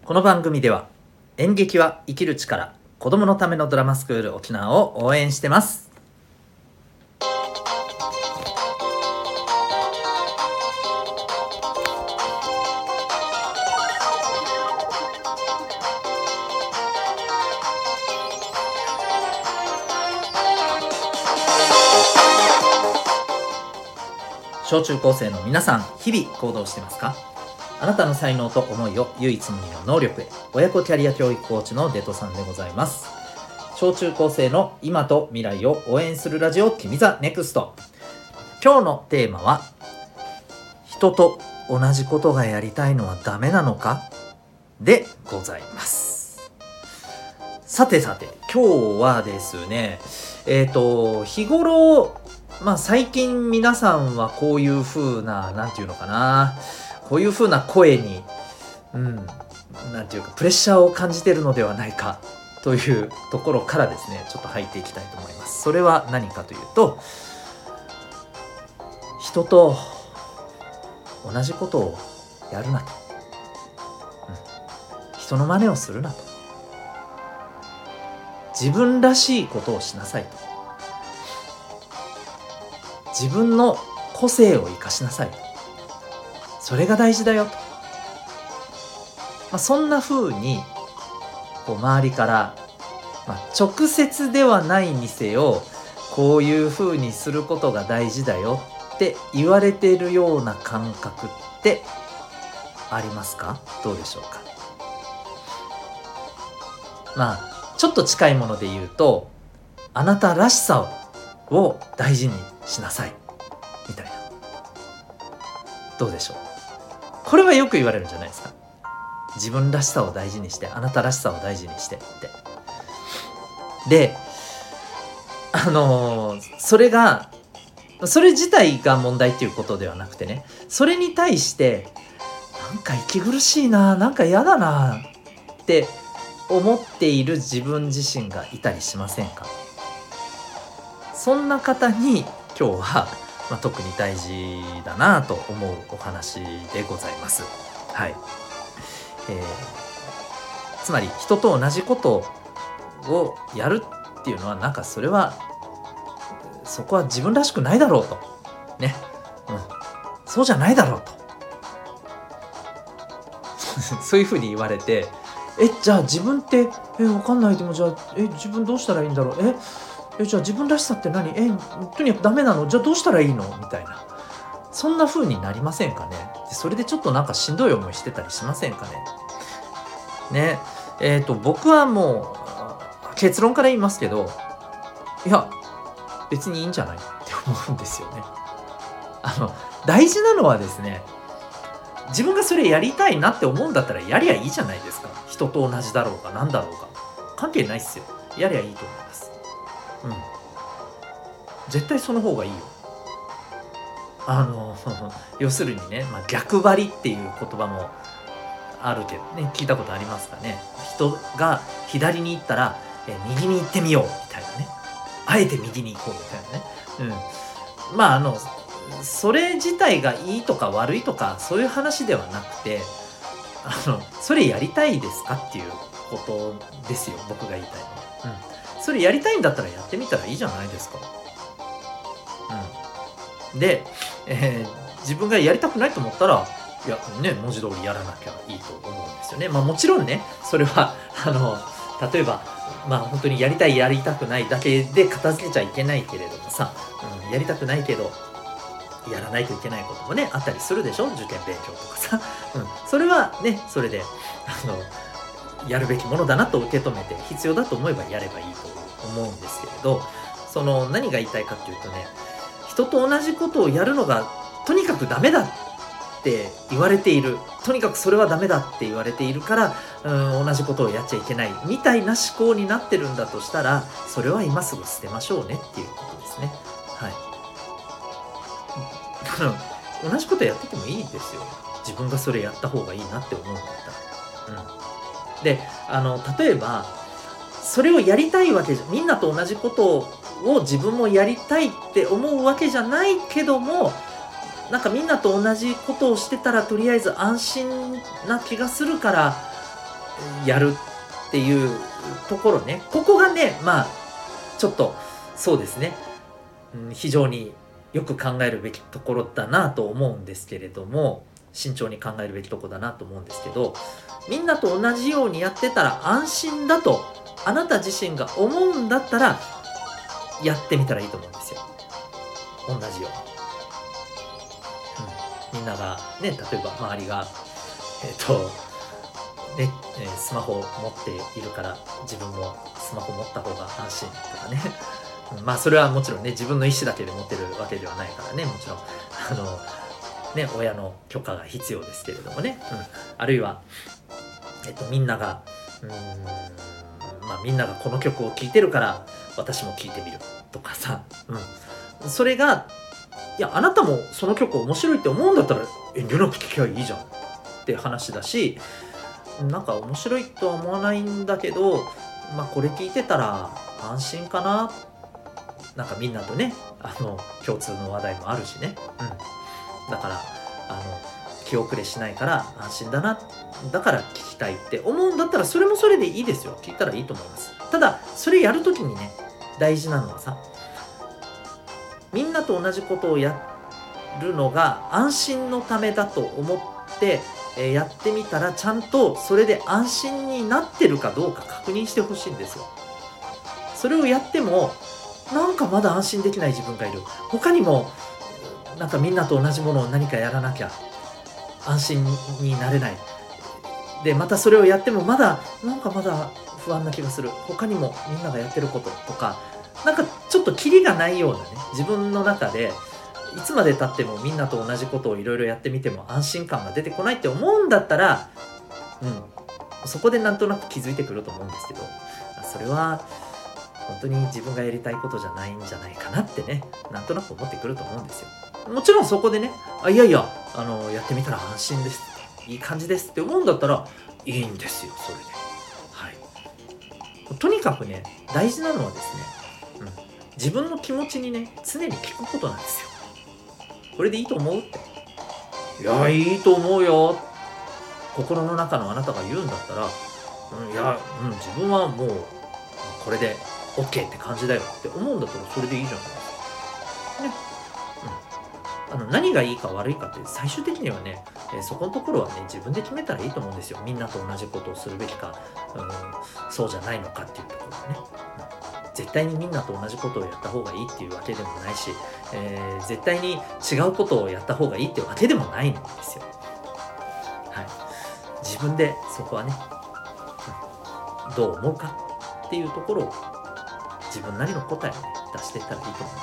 この番組では演劇は生きる力、子どものためのドラマスクール沖縄を応援してます。小中高生の皆さん、日々行動してますか？あなたの才能と思いを唯一無二の能力へ。親子キャリア教育コーチのデトさんでございます。小中高生の今と未来を応援するラジオ君ザネクスト。今日のテーマは、人と同じことがやりたいのはダメなのかでございます。さて今日はですね、日頃最近皆さんはこういう風な、なんていうのかな、こういう風な声に、なんていうかプレッシャーを感じているのではないかというところからですね、ちょっと入っていきたいと思います。それは何かというと、人と同じことをやるなと、人の真似をするなと、自分らしいことをしなさいと、自分の個性を生かしなさいと、それが大事だよと、そんな風に周りから、直接ではないにせよ、こういう風にすることが大事だよって言われているような感覚ってありますか？どうでしょうか？ちょっと近いもので言うと、あなたらしさを大事にしなさいみたいな、どうでしょう？これはよく言われるんじゃないですか。自分らしさを大事にして、あなたらしさを大事にしてって。で、それ自体が問題っていうことではなくてね、それに対してなんか息苦しいな、なんか嫌だなって思っている自分自身がいたりしませんか？そんな方に今日は、特に大事だなと思うお話でございます。はい。つまり人と同じことをやるっていうのは、なんかそれはそこは自分らしくないだろうとね、そうじゃないだろうとそういうふうに言われて、じゃあ自分って分かんない。でもじゃあ自分どうしたらいいんだろう、じゃあ自分らしさって何、とにかくダメなの？じゃあどうしたらいいの？みたいな、そんな風になりませんかね。でそれでちょっとなんかしんどい思いしてたりしませんかね。僕はもう結論から言いますけど、いや別にいいんじゃないって思うんですよね。大事なのはですね、自分がそれやりたいなって思うんだったらやりゃいいじゃないですか。人と同じだろうが何だろうが関係ないっすよ。やりゃいいと思います。絶対その方がいいよ。要するにね、逆張りっていう言葉もあるけどね、聞いたことありますかね。人が左に行ったら、右に行ってみようみたいなね、あえて右に行こうみたいなね。それ自体がいいとか悪いとかそういう話ではなくて、それやりたいですかっていうことですよ、僕が言いたいのは。それやりたいんだったらやってみたらいいじゃないですか。で、自分がやりたくないと思ったら、いやね、文字通りやらなきゃいいと思うんですよね。もちろんね、それは例えば本当にやりたいやりたくないだけで片付けちゃいけないけれどもさ、やりたくないけどやらないといけないこともねあったりするでしょ。受験勉強とかさ、それはね、それでやるべきものだなと受け止めて、必要だと思えばやればいいと思うんですけれど、何が言いたいかっていうとね、人と同じことをやるのがとにかくダメだって言われている、とにかくそれはダメだって言われているから、同じことをやっちゃいけないみたいな思考になってるんだとしたら、それは今すぐ捨てましょうねっていうことですね。はい。同じことやっててもいいですよ。自分がそれやった方がいいなって思うんだったら。で、例えばそれをやりたいわけじゃ、みんなと同じことを自分もやりたいって思うわけじゃないけども、なんかみんなと同じことをしてたらとりあえず安心な気がするからやるっていうところね、ここがね、ちょっとそうですね、非常によく考えるべきところだなと思うんですけれども、慎重に考えるべきところだなと思うんですけど、みんなと同じようにやってたら安心だとあなた自身が思うんだったらやってみたらいいと思うんですよ。同じように、みんながね、例えば周りがスマホを持っているから自分もスマホ持った方が安心とかねそれはもちろんね、自分の意思だけで持ってるわけではないからね、もちろん親の許可が必要ですけれどもね、あるいはみんながみんながこの曲を聴いてるから私も聴いてみるとかさ、それがいやあなたもその曲面白いって思うんだったら遠慮なく聴きゃいいじゃんって話だし、なんか面白いとは思わないんだけど、これ聞いてたら安心かな、なんかみんなとね共通の話題もあるしね、だから気遅れしないから安心だな、だから聞きたいって思うんだったらそれもそれでいいですよ、聞いたらいいと思います。ただそれやるときにね、大事なのはさ、みんなと同じことをやるのが安心のためだと思ってやってみたら、ちゃんとそれで安心になってるかどうか確認してほしいんですよ。それをやってもなんかまだ安心できない自分がいる、他にもなんかみんなと同じものを何かやらなきゃ安心になれないで、またそれをやってもまだ不安な気がする、他にもみんながやってることとか、なんかちょっとキリがないようなね、自分の中でいつまで経ってもみんなと同じことをいろいろやってみても安心感が出てこないって思うんだったら、そこでなんとなく気づいてくると思うんですけど、それは本当に自分がやりたいことじゃないんじゃないかなってね、なんとなく思ってくると思うんですよ。もちろんそこでね、いやいややってみたら安心ですって、いい感じですって思うんだったらいいんですよ、それで。とにかくね、大事なのはですね、自分の気持ちにね、常に聞くことなんですよ。これでいいと思うって。いや、いいと思うよ。心の中のあなたが言うんだったら、自分はもうこれで OK って感じだよって思うんだったらそれでいいじゃないですか。ね。何がいいか悪いかって最終的にはね、そこのところはね、自分で決めたらいいと思うんですよ。みんなと同じことをするべきか、そうじゃないのかっていうところはね。絶対にみんなと同じことをやった方がいいっていうわけでもないし、絶対に違うことをやった方がいいってわけでもないんですよ。自分でそこはね、どう思うかっていうところを自分なりの答えをね、出していったらいいと思います。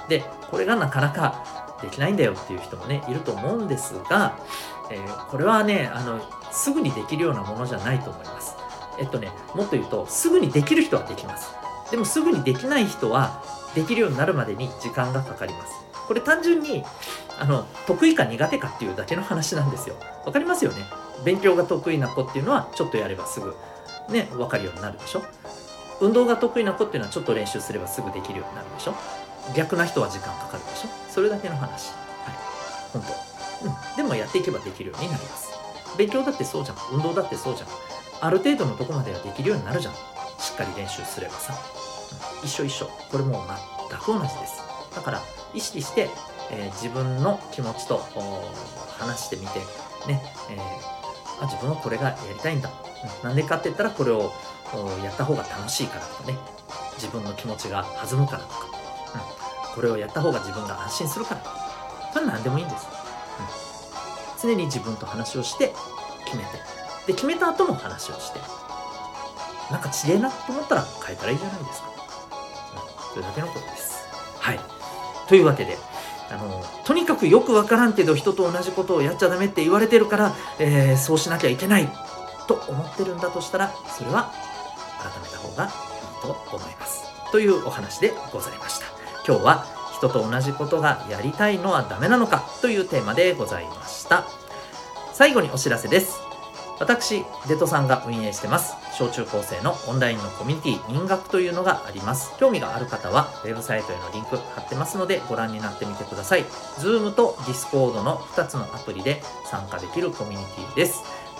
で、これがなかなかできないんだよっていう人もね、いると思うんですが、これはね、すぐにできるようなものじゃないと思います。もっと言うと、すぐにできる人はできます。でもすぐにできない人は、できるようになるまでに時間がかかります。これ単純に、得意か苦手かっていうだけの話なんですよ。わかりますよね。勉強が得意な子っていうのは、ちょっとやればすぐ、ね、わかるようになるでしょ。運動が得意な子っていうのは、ちょっと練習すればすぐできるようになるでしょ。逆な人は時間かかるでしょ。それだけの話。本当。でもやっていけばできるようになります。勉強だってそうじゃん。運動だってそうじゃん。ある程度のとこまではできるようになるじゃん。しっかり練習すればさ。一緒。これも全く同じです。だから、意識して、自分の気持ちと話してみて、ね、自分はこれがやりたいんだ。なんでかって言ったら、これをやった方が楽しいからとかね。自分の気持ちが弾むからとか。これをやった方が自分が安心するから。これは何でもいいんです。常に自分と話をして決めて、で決めた後も話をして、なんか違えなと思ったら変えたらいいじゃないですか。それだけのことです。というわけで、とにかくよくわからんけど人と同じことをやっちゃダメって言われてるから、そうしなきゃいけないと思ってるんだとしたら、それは改めた方がいいと思います。というお話でございました。今日は人と同じことがやりたいのはダメなのかというテーマでございました。最後にお知らせです。私、デトさんが運営してます。小中高生のオンラインのコミュニティ、民学というのがあります。興味がある方は、ウェブサイトへのリンク貼ってますので、ご覧になってみてください。Zoom と Discord の2つのアプリで参加できるコミュニティです。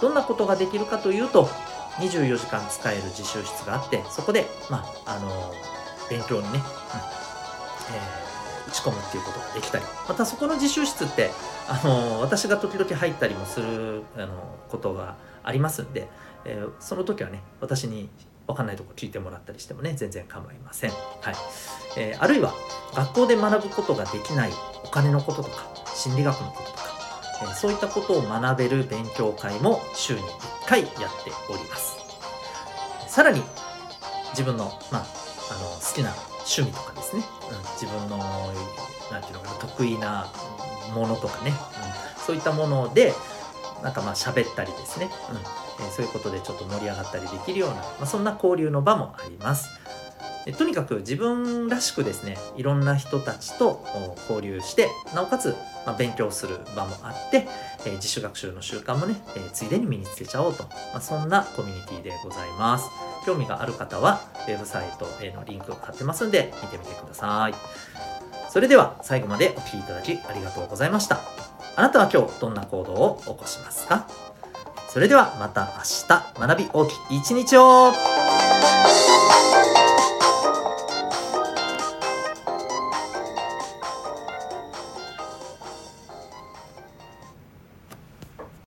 どんなことができるかというと、24時間使える自習室があって、そこで、勉強にね、打ち込むっていうことができたり、またそこの自習室って、私が時々入ったりもすることがありますんで、その時はね、私に分かんないところ聞いてもらったりしてもね、全然構いません。はい。あるいは学校で学ぶことができないお金のこととか心理学のこととか、そういったことを学べる勉強会も週に1回やっております。さらに自分の、好きな趣味とかですね、自分のなんていうのかな、得意なものとかね、そういったもので喋ったりですね、そういうことでちょっと盛り上がったりできるような、そんな交流の場もあります。とにかく自分らしくですね、いろんな人たちと交流して、なおかつ、勉強する場もあって、自主学習の習慣もね、ついでに身につけちゃおうと、そんなコミュニティでございます。興味がある方はウェブサイトへのリンクを貼ってますんで見てみてください。それでは最後までお聞きいただきありがとうございました。あなたは今日どんな行動を起こしますか？それではまた明日、学び大きい一日を。